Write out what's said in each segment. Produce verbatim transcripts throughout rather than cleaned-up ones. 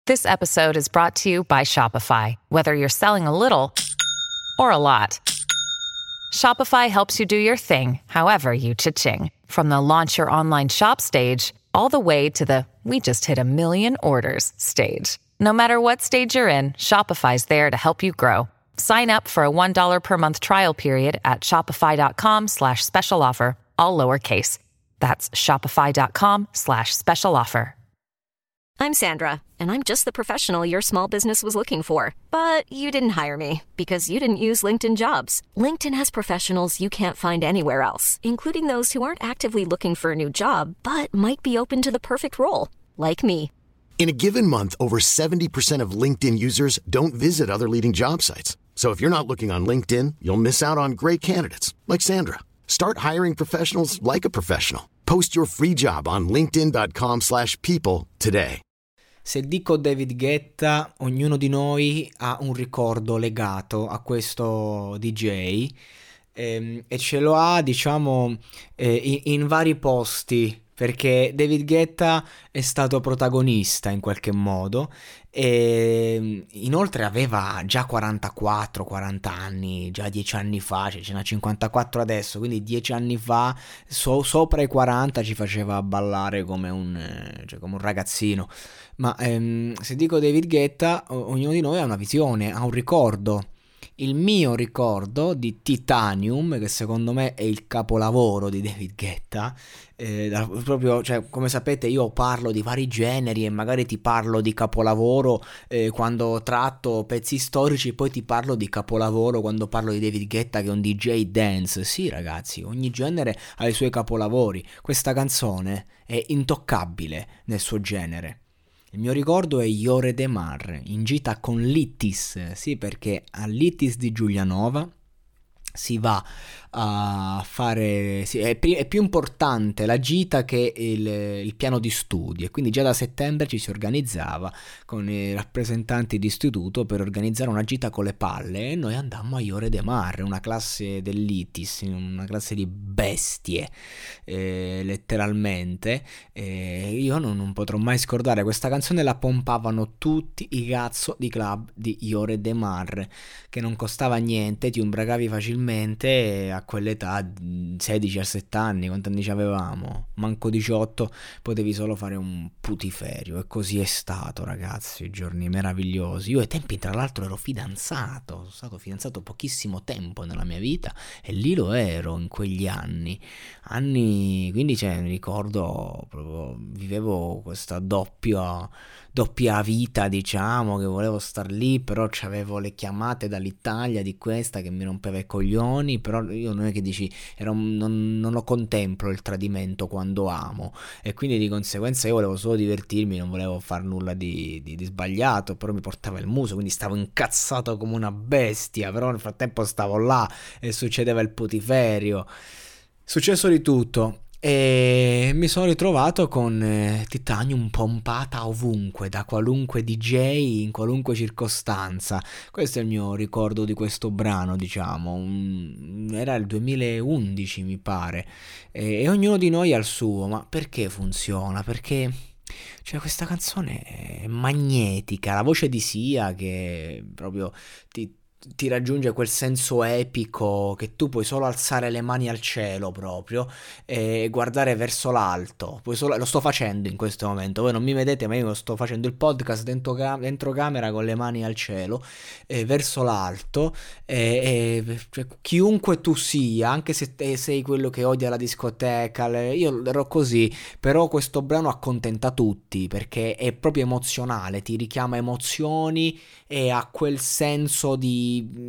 This episode is brought to you by Shopify. Whether you're selling a little or a lot, Shopify helps you do your thing, however you cha-ching. From the launch your online shop stage, all the way to the we just hit a million orders stage. No matter what stage you're in, Shopify's there to help you grow. Sign up for a one dollar per month trial period at shopify.com slash special offer, all lowercase. That's shopify.com slash special offer. I'm Sandra, and I'm just the professional your small business was looking for. But you didn't hire me because you didn't use LinkedIn Jobs. LinkedIn has professionals you can't find anywhere else, including those who aren't actively looking for a new job, but might be open to the perfect role, like me. In a given month, over seventy percent of LinkedIn users don't visit other leading job sites. So if you're not looking on LinkedIn, you'll miss out on great candidates like Sandra. Start hiring professionals like a professional. Post your free job on linkedin.com slash people today. Se dico David Guetta, ognuno di noi ha un ricordo legato a questo D J ehm, e ce lo ha, diciamo, eh, in, in vari posti, perché David Guetta è stato protagonista in qualche modo e inoltre aveva già quarantaquattro quaranta anni, già dieci anni fa, cioè ce n'ha cinquantaquattro adesso, quindi dieci anni fa so, sopra i quaranta ci faceva ballare come un, cioè come un ragazzino. Ma ehm, se dico David Guetta, ognuno di noi ha una visione, ha un ricordo. Il mio ricordo di Titanium, che secondo me è il capolavoro di David Guetta, eh, da, proprio, cioè, come sapete io parlo di vari generi e magari ti parlo di capolavoro eh, quando tratto pezzi storici, poi ti parlo di capolavoro quando parlo di David Guetta che è un D J dance. Sì ragazzi, ogni genere ha i suoi capolavori. Questa canzone è intoccabile nel suo genere. Il mio ricordo è Iore De Mar, in gita con Littis, sì, perché a Littis di Giulianova si va a fare, sì, è, è più importante la gita che il, il piano di studi, e quindi già da settembre ci si organizzava con i rappresentanti di istituto per organizzare una gita con le palle e noi andammo a Iore De Mar, una classe dell'Itis, una classe di bestie eh, letteralmente. Eh, io non, non potrò mai scordare questa canzone, la pompavano tutti i cazzo di club di Iore De Mar, che non costava niente, ti ubriacavi facilmente a quell'età, sedici diciassette anni, quanti anni ci avevamo? Manco diciotto, potevi solo fare un putiferio, e così è stato ragazzi, giorni meravigliosi. Io ai tempi tra l'altro ero fidanzato, sono stato fidanzato pochissimo tempo nella mia vita e lì lo ero in quegli anni, anni, quindi cioè, mi ricordo proprio, vivevo questa doppia doppia vita, diciamo, che volevo star lì, però c'avevo le chiamate dall'Italia di questa che mi rompeva i coglioni, però io non è che dici, era un, non, non lo contemplo il tradimento quando amo, e quindi di conseguenza io volevo solo divertirmi, non volevo far nulla di, di, di sbagliato, però mi portava il muso, quindi stavo incazzato come una bestia, però nel frattempo stavo là e succedeva il putiferio, successo di tutto. E mi sono ritrovato con eh, Titanium pompata ovunque, da qualunque D J, in qualunque circostanza. Questo è il mio ricordo di questo brano, diciamo. Un... era il duemilaundici mi pare, e, e ognuno di noi ha il suo. Ma perché funziona? Perché cioè questa canzone è magnetica, la voce di Sia che proprio ti ti raggiunge quel senso epico che tu puoi solo alzare le mani al cielo proprio e guardare verso l'alto. Puoi solo, lo sto facendo in questo momento, voi non mi vedete ma io sto facendo il podcast dentro, cam- dentro camera con le mani al cielo eh, verso l'alto e, e cioè, chiunque tu sia, anche se te sei quello che odia la discoteca, le, io ero così, però questo brano accontenta tutti perché è proprio emozionale, ti richiama emozioni e ha quel senso di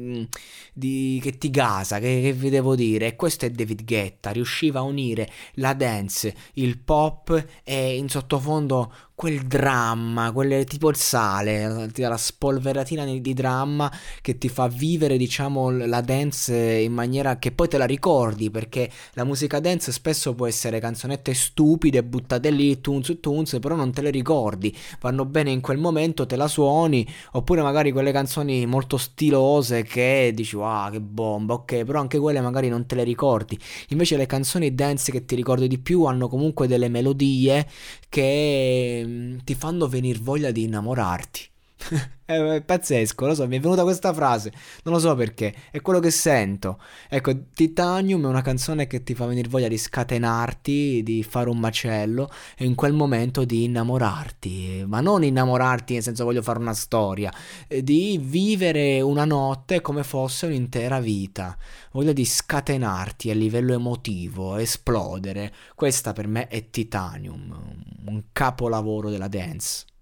Di, che ti gasa, che, che vi devo dire, e questo è David Guetta, riusciva a unire la dance, il pop e in sottofondo quel dramma, quelle, tipo il sale, la spolveratina di dramma che ti fa vivere, diciamo, la dance in maniera che poi te la ricordi, perché la musica dance spesso può essere canzonette stupide buttate lì, tunz tunz, però non te le ricordi, vanno bene in quel momento, te la suoni, oppure magari quelle canzoni molto stilose che dici wow che bomba, ok, però anche quelle magari non te le ricordi. Invece le canzoni dance che ti ricordi di più hanno comunque delle melodie che ehm, ti fanno venire voglia di innamorarti. È pazzesco, lo so, mi è venuta questa frase, non lo so perché, è quello che sento. Ecco, Titanium è una canzone che ti fa venire voglia di scatenarti, di fare un macello e in quel momento di innamorarti, ma non innamorarti nel senso voglio fare una storia, eh, di vivere una notte come fosse un'intera vita, voglia di scatenarti a livello emotivo, esplodere. Questa per me è Titanium, un capolavoro della dance.